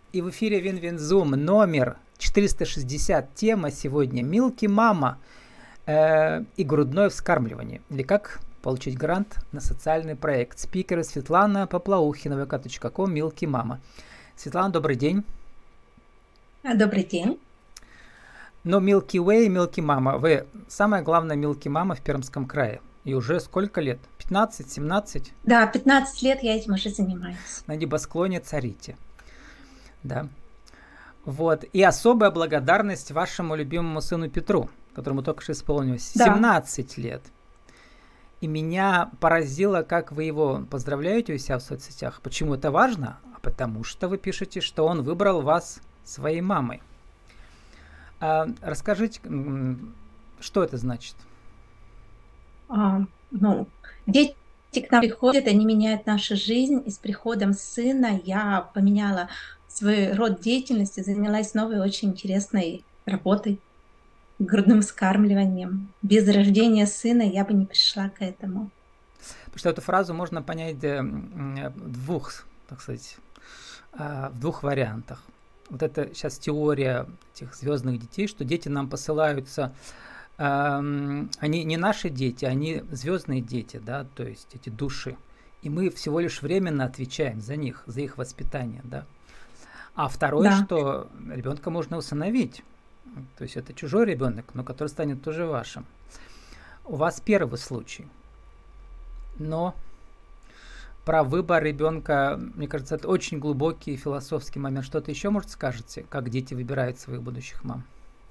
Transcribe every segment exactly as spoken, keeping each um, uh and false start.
И в эфире Винвинзум номер четыреста шестьдесят. Тема сегодня «Milky Mama» э, и грудное вскармливание. Или как получить грант на социальный проект. Спикеры Светлана Поплаухина, вэ ка точка ком, Milky Mama. Светлана, добрый день. Добрый день. Но Milky Way, Milky Mama. Вы самая главная Milky Mama в Пермском крае. И уже сколько лет? пятнадцать семнадцать? Да, пятнадцать лет я этим уже занимаюсь. На небосклоне царите. Да. Вот. И особая благодарность вашему любимому сыну Петру, которому только что исполнилось Да. семнадцать лет. И меня поразило, как вы его поздравляете у себя в соцсетях. Почему это важно? А потому что вы пишете, что он выбрал вас своей мамой. А расскажите, что это значит? А, ну, дети к нам приходят, они меняют нашу жизнь. И с приходом сына я поменяла свой род деятельности, занялась новой очень интересной работой, грудным вскармливанием. Без рождения сына я бы не пришла к этому. Потому что эту фразу можно понять в двух, так сказать, в двух вариантах. Вот это сейчас теория этих звездных детей, что дети нам посылаются, э, они не наши дети, они звездные дети, да, то есть эти души. И мы всего лишь временно отвечаем за них, за их воспитание, да. А второе, Да. что ребенка можно усыновить. То есть это чужой ребенок, но который станет тоже вашим. У вас первый случай. Но про выбор ребенка, мне кажется, это очень глубокий философский момент. Что-то еще, может, скажете, как дети выбирают своих будущих мам?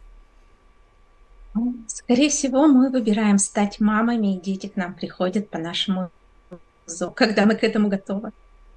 Скорее всего, мы выбираем стать мамами, и дети к нам приходят по нашему зову, когда мы к этому готовы.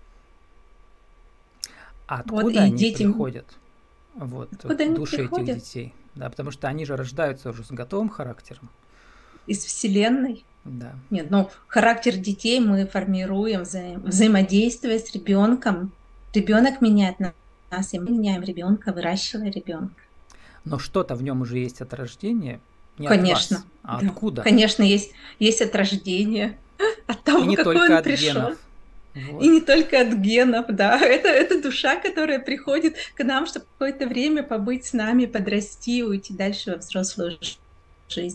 А откуда Вот, и они дети... приходят? Вот, Откуда они души приходят? этих детей. Да, потому что они же рождаются уже с готовым характером. Из Вселенной. Да. Нет, ну, характер детей мы формируем, вза- взаимодействуя с ребенком. Ребенок меняет нас, и мы меняем ребенка, выращивая ребенка. Но что-то в нем уже есть от рождения, не Конечно. от вас. А Да. откуда? Конечно, есть, есть от рождения, от того, И не какой только он от пришел. генов. Вот. И не только от генов, да. Это, это душа, которая приходит к нам, чтобы какое-то время побыть с нами, подрасти и уйти дальше во взрослую ж- жизнь.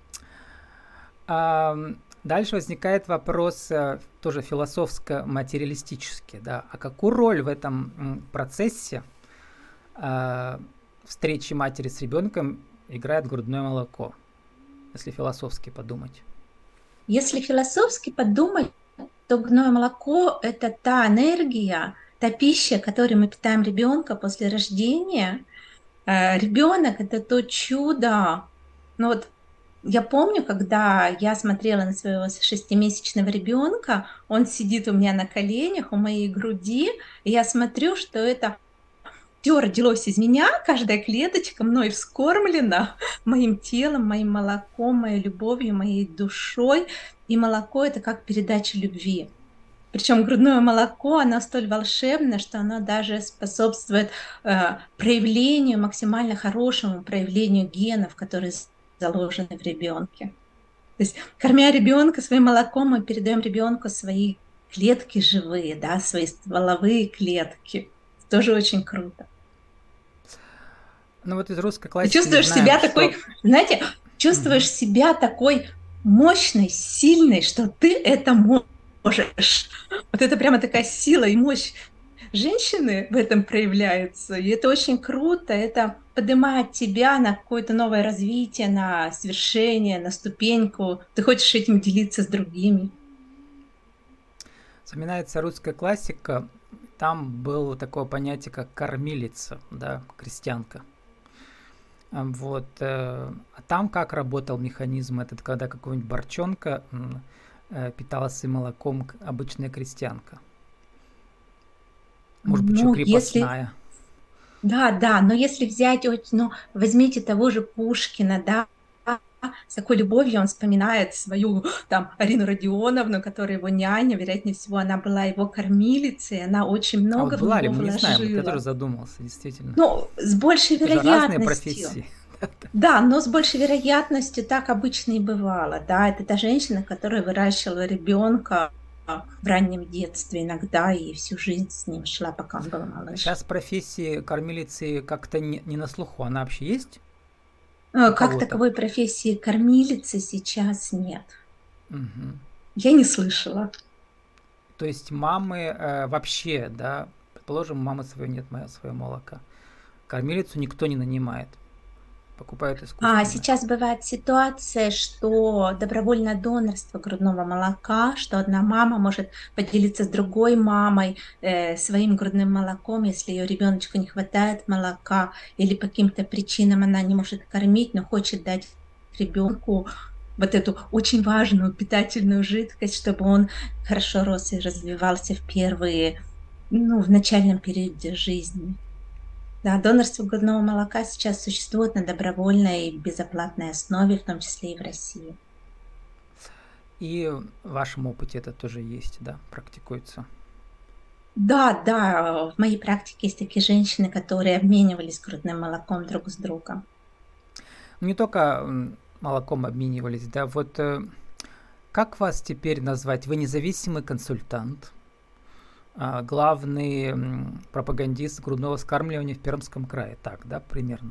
А, дальше возникает вопрос э, тоже философско-материалистический. Да? А какую роль в этом м, процессе э, встречи матери с ребенком играет грудное молоко, если философски подумать? Если философски подумать, то грудное молоко – это та энергия, та пища, которой мы питаем ребенка после рождения. Э, Ребенок – это то чудо. Ну вот я помню, когда я смотрела на своего шестимесячного ребенка, он сидит у меня на коленях, у моей груди, и я смотрю, что это все родилось из меня, каждая клеточка мной вскормлена, моим телом, моим молоком, моей любовью, моей душой. И молоко – это как передача любви. Причем грудное молоко, оно столь волшебно, что оно даже способствует э, проявлению, максимально хорошему проявлению генов, которые заложены в ребенке. То есть, кормя ребенка своим молоком, мы передаем ребенку свои клетки живые, да, свои стволовые клетки. Это тоже очень круто. Ну вот из русской Ты классики чувствуешь знаем, себя что... такой, знаете, чувствуешь Мгм. себя такой мощной, сильной, что ты это можешь. Вот это прямо такая сила и мощь женщины в этом проявляется. И это очень круто. Это поднимает тебя на какое-то новое развитие, на свершение, на ступеньку. Ты хочешь этим делиться с другими. Вспоминается русская классика, там было такое понятие, как кормилица, да, крестьянка. А Вот. э, А там как работал механизм этот, когда какого-нибудь борчонка м, э, питалась и молоком к- обычная крестьянка? Может быть, еще Ну, если... крепостная. Да, да, но если взять, вот, ну, возьмите того же Пушкина, да, с какой любовью он вспоминает свою там Арину Родионовну, которая его няня, вероятнее всего, она была его кормилицей, она очень А вот много в была ли, него мы не знаем, вот я тоже вложила. задумался, действительно. Ну, с большей Это же разные вероятностью. профессии. Да, но с большей вероятностью так обычно и бывало, да, это та женщина, которая выращивала ребенка в раннем детстве иногда и всю жизнь с ним шла, пока он был малыш. Сейчас профессии кормилицы как-то не, не на слуху, она вообще есть Э, у Как кого-то? таковой профессии кормилицы сейчас нет. Мгм. Я не слышала. То есть мамы э, вообще, да, предположим, у мамы своей нет мо- своего молока. Кормилицу никто не нанимает, покупают А искусственно. сейчас бывает ситуация, что добровольное донорство грудного молока, что одна мама может поделиться с другой мамой э, своим грудным молоком, если ее ребеночку не хватает молока или по каким-то причинам она не может кормить, но хочет дать ребенку вот эту очень важную питательную жидкость, чтобы он хорошо рос и развивался в первые, ну, в начальном периоде жизни. Да, донорство грудного молока сейчас существует на добровольной и безоплатной основе, в том числе и в России. И в вашем опыте это тоже есть, да, практикуется. Да, да, в моей практике есть такие женщины, которые обменивались грудным молоком друг с другом. Не только м, молоком обменивались, да, вот э, как вас теперь назвать? Вы независимый консультант, а, главный м, пропагандист грудного вскармливания в Пермском крае, так, да, примерно?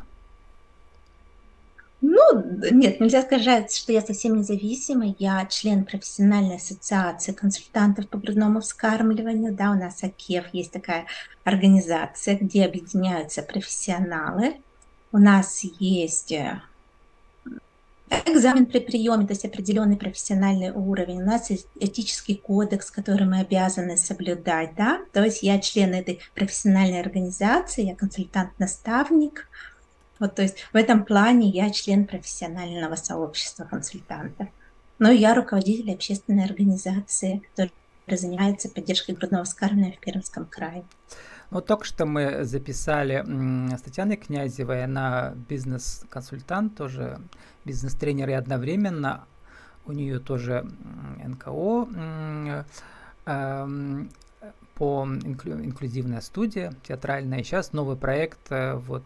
Ну, д- нет, нельзя сказать, что я совсем независимая. Я член профессиональной ассоциации консультантов по грудному вскармливанию. Да, у нас АКЕФ есть такая организация, где объединяются профессионалы. У нас есть э, экзамен при приеме, то есть определенный профессиональный уровень. У нас есть этический кодекс, который мы обязаны соблюдать, да. То есть я член этой профессиональной организации, я консультант-наставник. Вот, то есть в этом плане я член профессионального сообщества консультантов. Но я руководитель общественной организации, которая занимается поддержкой грудного вскармливания в Пермском крае. Ну, вот только что мы записали м, с Татьяной Князевой, она бизнес-консультант, тоже бизнес-тренер и одновременно у нее тоже м, эн ка о м, эм, по инклю- инклюзивная студия театральная. И сейчас новый проект, э, вот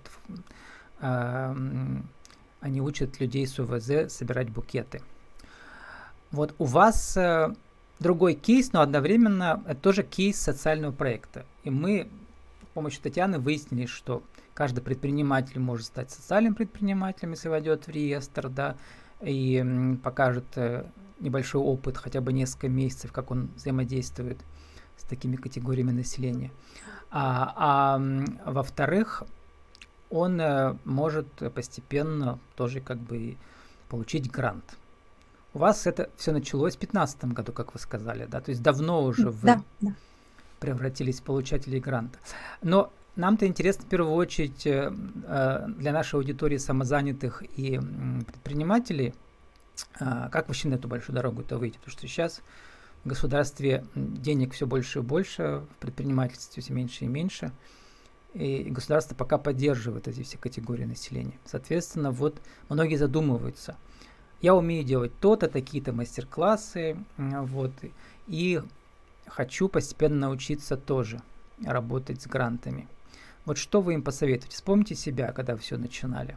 эм, они учат людей с о вэ зэ собирать букеты. Вот у вас э, другой кейс, но одновременно это тоже кейс социального проекта. И мы с помощью Татьяны выяснили, что каждый предприниматель может стать социальным предпринимателем, если войдет в реестр, да, и м, покажет э, небольшой опыт, хотя бы несколько месяцев, как он взаимодействует с такими категориями населения. А, а м, во-вторых, он э, может постепенно тоже как бы получить грант. У вас это все началось в пятнадцатом году, как вы сказали, да? То есть давно уже вы Да, да. превратились в получателей гранта. Но нам-то интересно в первую очередь э, э, для нашей аудитории самозанятых и м, предпринимателей, э, как вообще на эту большую дорогу-то выйти? Потому что сейчас в государстве денег все больше и больше, в предпринимательстве все меньше и меньше. И государство пока поддерживает эти все категории населения. Соответственно, вот многие задумываются. Я умею делать то-то, такие-то мастер-классы, м, вот, и хочу постепенно научиться тоже работать с грантами. Вот что вы им посоветуете? Вспомните себя, когда все начинали.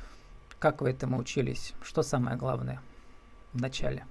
Как вы этому учились? Что самое главное в начале?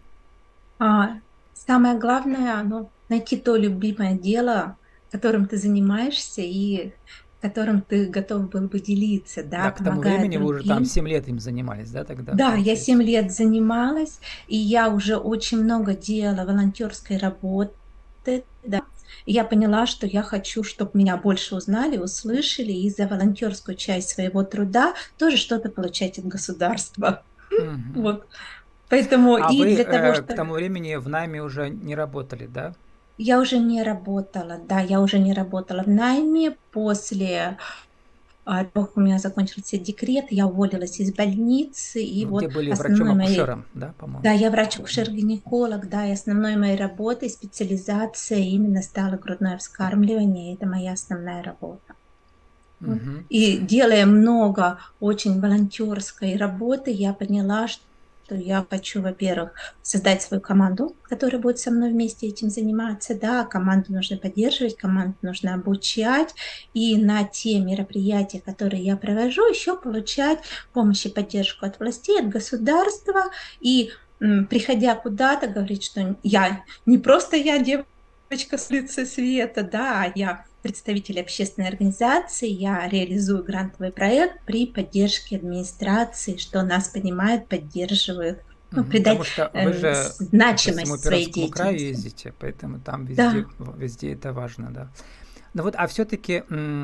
А, самое главное, ну, найти то любимое дело, которым ты занимаешься и которым ты готов был бы делиться, Да, да, к тому помогая времени вы уже там другим. семь лет им занимались, да, тогда, Да, я получается? семь лет занималась, и я уже очень много делала волонтерской работы, да. И я поняла, что я хочу, чтобы меня больше узнали, услышали, и за волонтерскую часть своего труда тоже что-то получать от государства. Мгм. Вот. Поэтому А и вы для того, э, к что тому времени в найме уже не работали, да? я уже не работала, да, я уже не работала в найме после а, того, как у меня закончился декрет, я уволилась из больницы, и Вы где вот были основной моей. врачом-акушером, да, по-моему? Да, я врач-акушер-гинеколог, да, и основной моей работой, специализацией именно стало грудное вскармливание, и это моя основная работа. Вот. Мгм. И делая много очень волонтерской работы, я поняла, что я хочу, во-первых, создать свою команду, которая будет со мной вместе этим заниматься. Да, команду нужно поддерживать, команду нужно обучать. И на те мероприятия, которые я провожу, еще получать помощь и поддержку от властей, от государства. И приходя куда-то, говорить, что я не просто я девочка с лица света, да, а я представитель общественной организации, я реализую грантовый проект при поддержке администрации, что нас понимают, поддерживают, ну, Мгм. Потому придать что вы э, же по всему значимость своей Пермскому краю деятельности. ездите, поэтому там везде, Да. везде это важно, да. Ну вот, а все-таки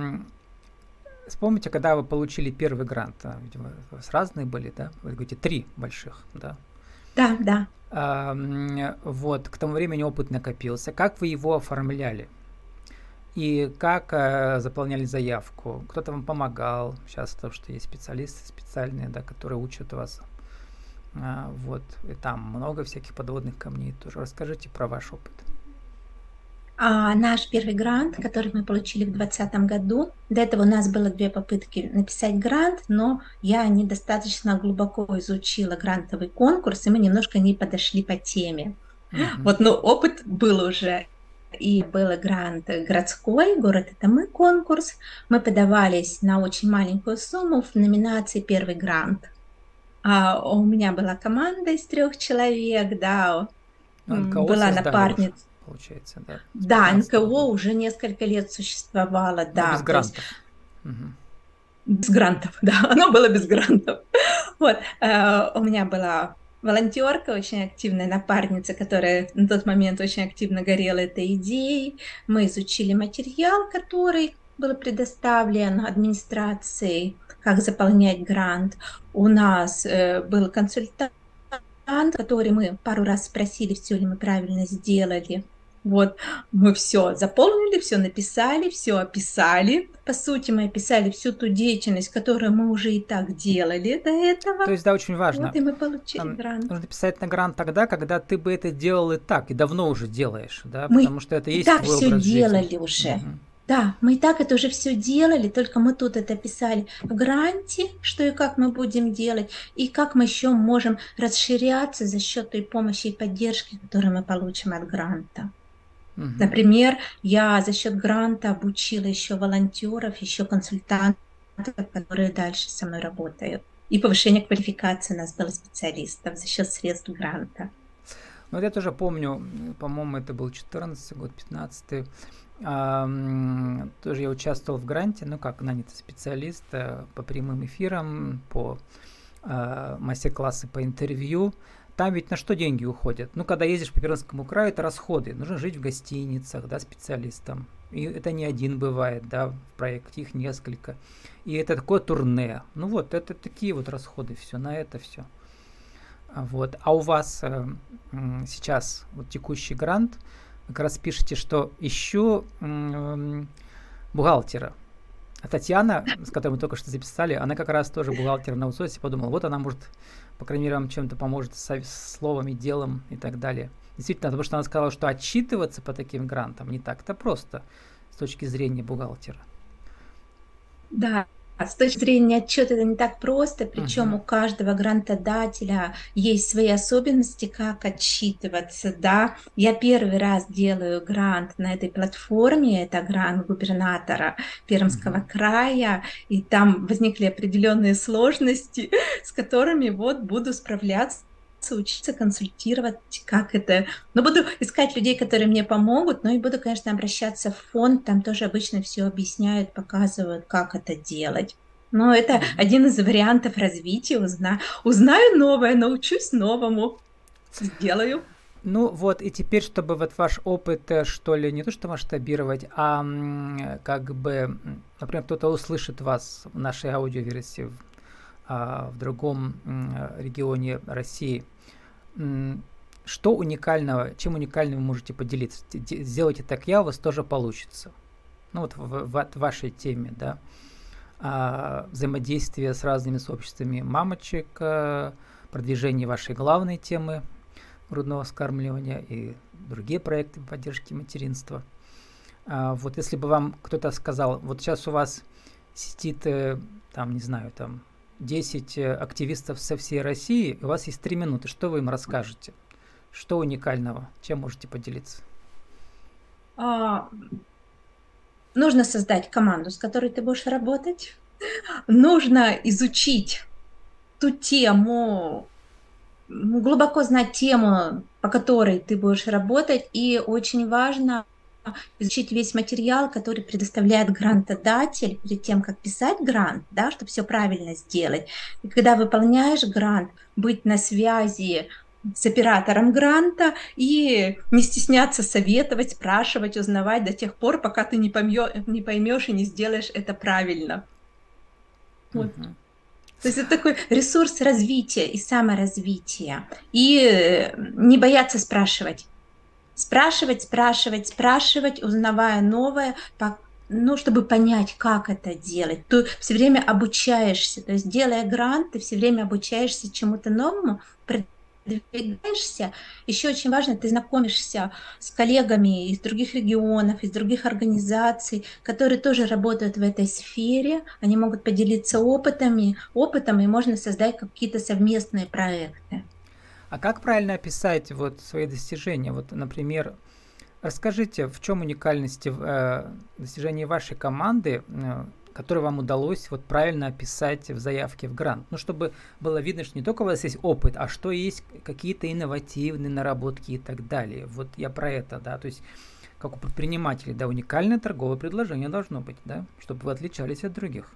вспомните, когда вы получили первый грант, а, видимо, у вас разные были, да? Вы говорите, три больших, да? Да, да. А, вот, к тому времени опыт накопился. Как вы его оформляли? И как э, заполняли заявку? Кто-то вам помогал? Сейчас то, что есть специалисты специальные, да, которые учат вас. А, вот, и там много всяких подводных камней тоже. Расскажите про ваш опыт. А наш первый грант, который мы получили в двадцатом году, до этого у нас было две попытки написать грант, но я недостаточно глубоко изучила грантовый конкурс, и мы немножко не подошли по теме. Мгм. Вот, но опыт был уже. И был грант городской, город это мы, конкурс. Мы подавались на очень маленькую сумму в номинации «Первый грант». А у меня была команда из трех человек, да, Ну, м, эн ка о была создали уже, напарница. получается, да, с Да, пятнадцатого эн ка о года. уже несколько лет существовало, Но без да, то есть грантов. Мгм. без грантов, да, оно было без грантов. Вот, э, у меня была волонтерка, очень активная напарница, которая на тот момент очень активно горела этой идеей. Мы изучили материал, который был предоставлен администрацией, как заполнять грант. У нас э, был консультант, который мы пару раз спросили, все ли мы правильно сделали. Вот, мы все заполнили, все написали, все описали. По сути, мы описали всю ту деятельность, которую мы уже и так делали до То этого. есть, да, очень Вот, важно. и мы получили Ам, грант. Нужно писать на грант тогда, когда ты бы это делал и так, и давно уже делаешь, да, Мы потому что это и и есть так твой все образ жизни. делали уже. Мгм. Да, мы и так это уже все делали, только мы тут это писали в гранте, что и как мы будем делать, и как мы еще можем расширяться за счет той помощи и поддержки, которую мы получим от гранта. Мгм. Например, я за счет гранта обучила еще волонтеров, еще консультантов, которые дальше со мной работают. И повышение квалификации у нас было специалистов за счет средств гранта. Ну, вот я тоже помню, м, по-моему, это был четырнадцатый год, пятнадцатый. Ам, тоже я участвовал в гранте, ну, как нанятый специалист э, по прямым эфирам, по э, мастер-классы по интервью. Там ведь на что деньги уходят? Ну, когда ездишь по Пермскому краю, это расходы. Нужно жить в гостиницах, да, специалистам. И это не один бывает, да, в проекте их несколько. И это такое турне. Ну вот, это такие вот расходы, все, на это все. А Вот. А у вас э, м, сейчас вот текущий грант, вы как раз пишете, что ищу м, бухгалтера. А Татьяна, с которой мы только что записали, она как раз тоже бухгалтер на аутсорсе, подумала, вот она может, по крайней мере, вам чем-то поможет с словами, делом и так далее. Действительно, потому что она сказала, что отчитываться по таким грантам не так-то просто с точки зрения бухгалтера. Да, с точки зрения отчета это не так просто, причем Мгм. у каждого грантодателя есть свои особенности, как отчитываться, да. Я первый раз делаю грант на этой платформе, это грант губернатора Пермского Мгм. края, и там возникли определенные сложности, с которыми вот буду справляться, учиться консультировать, как это. Но буду искать людей, которые мне помогут, но и буду, конечно, обращаться в фонд, там тоже обычно все объясняют, показывают, как это делать. Но это Мгм. один из вариантов развития. Узна... Узнаю новое, научусь новому, сделаю. Ну вот, и теперь, чтобы вот ваш опыт, э, что ли, не то что масштабировать, а м, э, как бы, м, например, кто-то услышит вас в нашей аудиоверсии в, а, в другом м, э, регионе России. М, Что уникального, чем уникальным вы можете поделиться? Т- де- Сделайте так я, у вас тоже получится. Ну вот в, в- в вашей теме, да, а, взаимодействие с разными сообществами мамочек, э, продвижение вашей главной темы грудного вскармливания и другие проекты по поддержке материнства. А, вот если бы вам кто-то сказал, вот сейчас у вас сидит, э, там, не знаю, там, десять э, активистов со всей России, и у вас есть три минуты, что вы им расскажете? Что уникального? Чем можете поделиться? А, нужно создать команду, с которой ты будешь работать. Нужно изучить ту тему, глубоко знать тему, по которой ты будешь работать, и очень важно изучить весь материал, который предоставляет грантодатель перед тем, как писать грант, да, чтобы все правильно сделать. И когда выполняешь грант, быть на связи с оператором гранта и не стесняться советовать, спрашивать, узнавать до тех пор, пока ты не поймешь, не поймешь и не сделаешь это правильно. Вот. Мгм. То есть это такой ресурс развития и саморазвития. И не бояться спрашивать. Спрашивать, спрашивать, спрашивать, узнавая новое, ну, чтобы понять, как это делать. Ты все время обучаешься. То есть, делая грант, ты все время обучаешься чему-то новому, продвигаешься. Еще очень важно, ты знакомишься с коллегами из других регионов, из других организаций, которые тоже работают в этой сфере. Они могут поделиться опытами, опытом, и можно создать какие-то совместные проекты. А как правильно описать вот свои достижения? Вот, например, расскажите, в чем уникальность э, достижений вашей команды, э, которое вам удалось вот правильно описать в заявке в грант? Ну, чтобы было видно, что не только у вас есть опыт, а что есть какие-то инновативные наработки и так далее. Вот я про это, да, то есть как у предпринимателей, да, уникальное торговое предложение должно быть, да, чтобы вы отличались от других.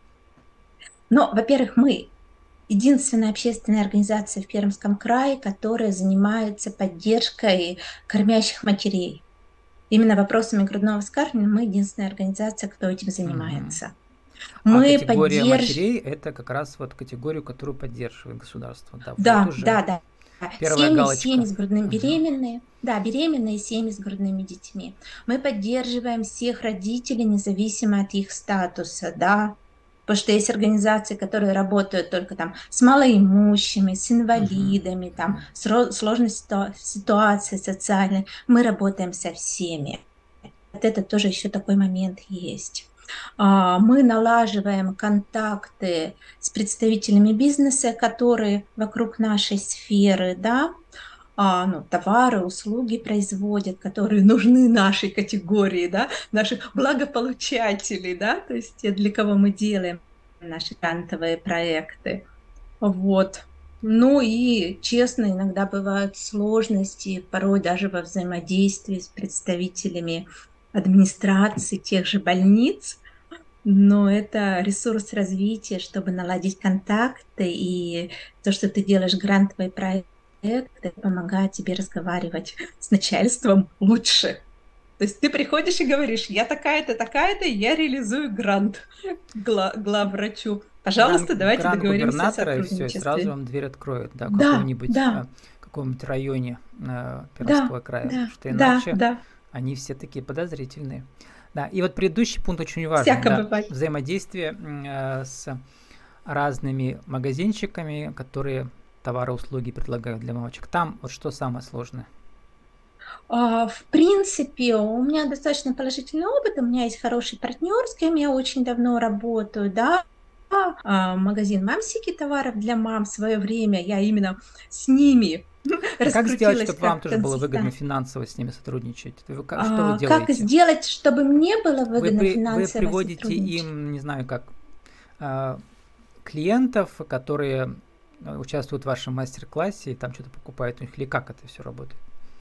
Ну, во-первых, мы единственная общественная организация в Пермском крае, которая занимается поддержкой кормящих матерей. Именно вопросами грудного вскармливания мы единственная организация, кто этим занимается. Угу. Мы а категория поддерж... матерей – это как раз вот категорию, которую поддерживает государство. Да, да, вот уже да, да. первая Семьи, галочка. семьи с грудными, Угу. беременные, да, беременные семьи с грудными детьми. Мы поддерживаем всех родителей, независимо от их статуса, да, потому что есть организации, которые работают только там с малоимущими, с инвалидами, uh-huh. там, с сложной ситуацией социальной. Мы работаем со всеми. Вот это тоже еще такой момент есть. Мы налаживаем контакты с представителями бизнеса, которые вокруг нашей сферы, да, а, ну, товары, услуги производят, которые нужны нашей категории, да, наших благополучателей, да, то есть те, для кого мы делаем наши грантовые проекты. Вот. Ну и, честно, иногда бывают сложности, порой даже во взаимодействии с представителями администрации тех же больниц, но это ресурс развития, чтобы наладить контакты, и то, что ты делаешь грантовый проект, это помогает тебе разговаривать с начальством лучше. То есть ты приходишь и говоришь, я такая-то, такая-то, я реализую грант гла- главврачу. Пожалуйста, грант, давайте грант договоримся о сотрудничестве. И все, и сразу вам дверь откроют, да, в да, каком-нибудь, да. э, каком-нибудь районе э, Пермского да, края, да, потому что иначе да, да. они все такие подозрительные. Да, и вот предыдущий пункт очень важный, Всяко да, бывает. взаимодействие э, с разными магазинчиками, которые товары, услуги предлагают для мамочек. Там вот что самое сложное? В принципе, у меня достаточно положительный опыт, у меня есть хороший партнер, с кем я очень давно работаю, да, магазин «Мамсики» товаров для мам в свое время, я именно с ними а как сделать, чтобы вам тоже было выгодно финансово с ними сотрудничать? Вы, как, что вы делаете? Как сделать, чтобы мне было выгодно вы, финансово Вы приводите им, не знаю, как клиентов, которые участвуют в вашем мастер-классе и там что-то покупают у них, или как это все работает?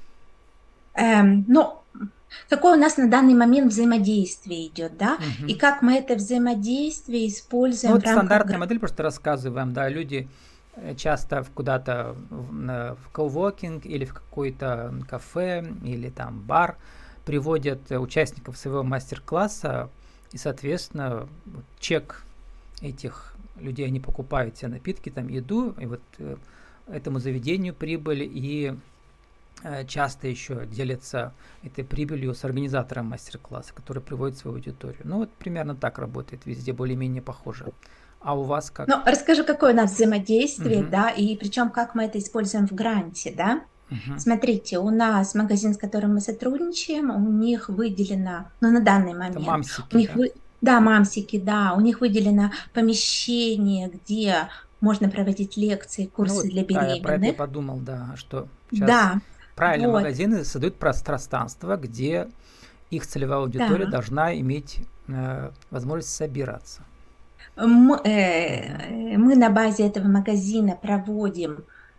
Эм, ну, какое у нас на данный момент взаимодействие идет, да, угу. и как мы это взаимодействие используем ну, вот в рамках... стандартная модель, просто рассказываем, да, люди часто куда-то в, в коуворкинг или в какое-то кафе или там бар приводят участников своего мастер-класса, и, соответственно, чек этих людей, они покупают себе напитки, там, еду, и вот этому заведению прибыль, и часто еще делятся этой прибылью с организатором мастер-класса, который приводит свою аудиторию. Ну, вот примерно так работает, везде более-менее похоже. А у вас как? Ну, расскажу, какое у нас взаимодействие, uh-huh. да, и причем как мы это используем в гранте, да. Uh-huh. Смотрите, у нас магазин, с которым мы сотрудничаем, у них выделено, ну, на данный момент... Это мамсики, у них да? Вы... Да, мамсики, да, у них выделено помещение, где можно проводить лекции, курсы ну, вот, для беременных. Да, я про это я подумал, да, что сейчас да, правильно вот. магазины создают пространство, где их целевая аудитория да. должна иметь э, возможность собираться. Мы, э, мы на базе этого магазина проводим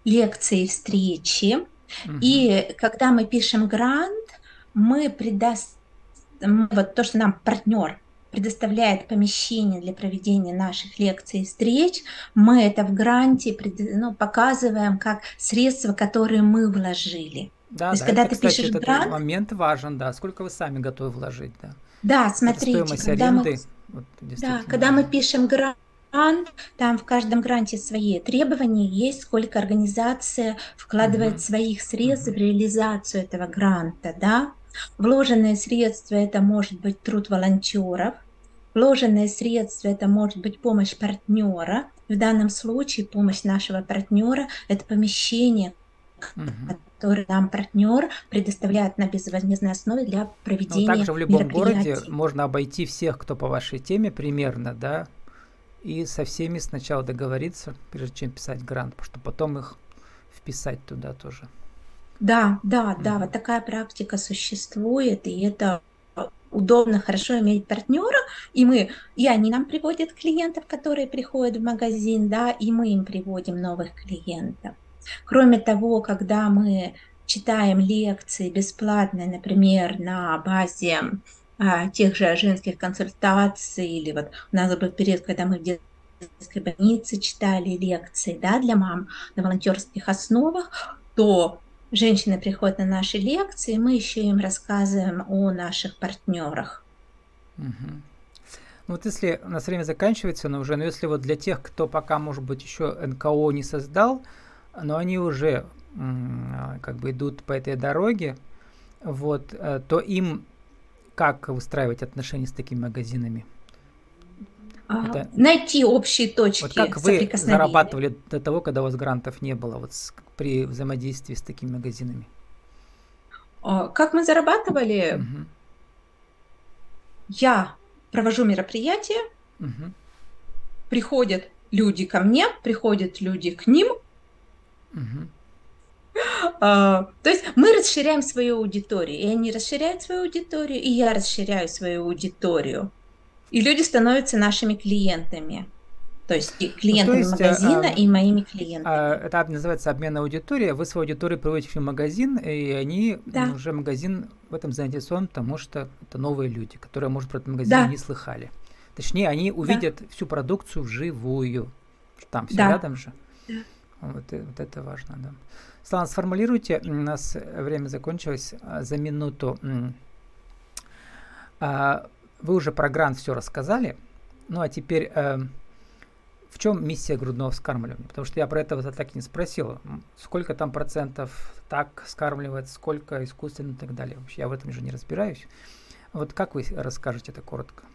лекции, встречи. Мгм. И когда мы пишем грант, мы предоставляем, вот то, что нам партнер предоставляет помещение для проведения наших лекций и встреч, мы это в гранте пред- ну, показываем как средства, которые мы вложили. Да, То есть, да, когда это, ты кстати, пишешь этот грант, момент важен, да. Сколько вы сами готовы вложить, да. да, Это смотрите, стоимость когда мы аренды, вот, Да, действительно когда мы важно. пишем грант, там в каждом гранте свои требования есть, сколько организация вкладывает Мгм. своих средств в Мгм. реализацию этого гранта, да. Вложенные средства — это может быть труд волонтеров, вложенные средства — это может быть помощь партнера. В данном случае помощь нашего партнера — это помещение, Мгм. которое нам партнер предоставляет на безвозмездной основе для Но проведения также в любом городе мероприятий. можно обойти всех, кто по вашей теме примерно, да, и со всеми сначала договориться, прежде чем писать грант, потому что потом их вписать туда тоже. Да, да, да, вот Мгм. такая практика существует, и это удобно, хорошо иметь партнера, и мы, и они нам приводят клиентов, которые приходят в магазин, да, и мы им приводим новых клиентов. Кроме того, когда мы читаем лекции бесплатно, например, на базе а, тех же женских консультаций, или вот у нас был период, когда мы в детской больнице читали лекции, да, для мам на волонтерских основах, то женщины приходят на наши лекции, мы еще им рассказываем о наших партнерах. Мгм. Ну вот если у нас время заканчивается, но уже, но если вот для тех, кто пока, может быть, еще эн ка о не создал, но они уже м, а, как бы идут по этой дороге, вот, э, то им как выстраивать отношения с такими магазинами? Вот, А, э, найти общие вот точки как вы соприкосновения. зарабатывали до того, когда у вас грантов не было, вот с- при взаимодействии с такими магазинами? А, Как мы зарабатывали? Мгм. Я провожу мероприятия, Мгм. приходят люди ко мне, приходят люди к ним. Мгм. А, То есть мы расширяем свою аудиторию, и они расширяют свою аудиторию, и я расширяю свою аудиторию. И люди становятся нашими клиентами. То есть и Ну, то клиентами есть, э, магазина, и ам, моими а, клиентами. это называется обмен аудиторией. Вы свою аудиторию приводите в магазин, и они м, Да, уже магазин в этом заинтересован, потому что это новые люди, которые, может, про этот магазин и не да, слыхали. Точнее, они да, увидят всю продукцию вживую. Там все да. рядом же. Да. Вот, э- вот это важно, да. Слава, сформулируйте, м, у нас время закончилось а, за минуту. м, а, Вы уже про грант все рассказали. Ну а теперь э, в чем миссия грудного вскармливания? Потому что я про это вот так и не спросил. М, Сколько там процентов так скармливает, сколько искусственно и так далее. Вообще я в этом же не разбираюсь. Вот как вы расскажете это коротко?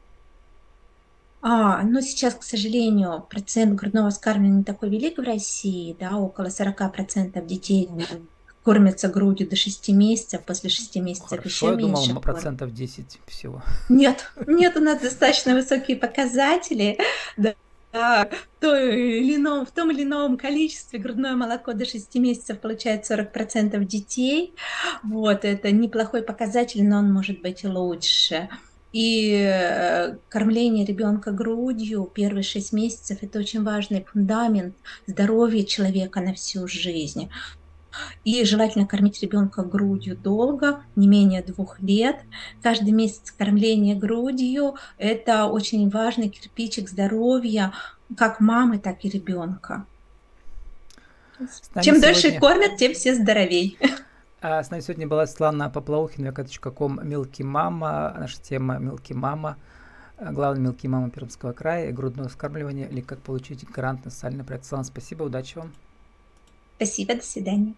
А, ну, сейчас, к сожалению, процент грудного вскармливания не такой велик в России, да, около сорок процентов детей кормятся грудью до шести месяцев, после шести месяцев Хорошо, еще я думал, меньше м, кормят. процентов десять всего. Нет, нет, у нас достаточно высокие показатели, да, да, в том или ином, в том или ином количестве грудное молоко до шести месяцев получает сорок процентов детей. Вот, это неплохой показатель, но он может быть и лучше. И э, кормление ребенка грудью первые шесть месяцев — это очень важный фундамент здоровья человека на всю жизнь. И желательно кормить ребенка грудью долго, не менее двух лет. Каждый месяц кормления грудью — это очень важный кирпичик здоровья как мамы, так и ребенка. С нами Чем дольше сегодня, кормят, тем все здоровей. а, с нами сегодня была Светлана Поплаухина, вэ ка точка ком Милки Мама. Наша тема Милки Мама. э, Главный Милки Мама Пермского края, грудное вскармливание или как получить грант на социальный проект. Светлана, спасибо, удачи вам. Спасибо, до свидания.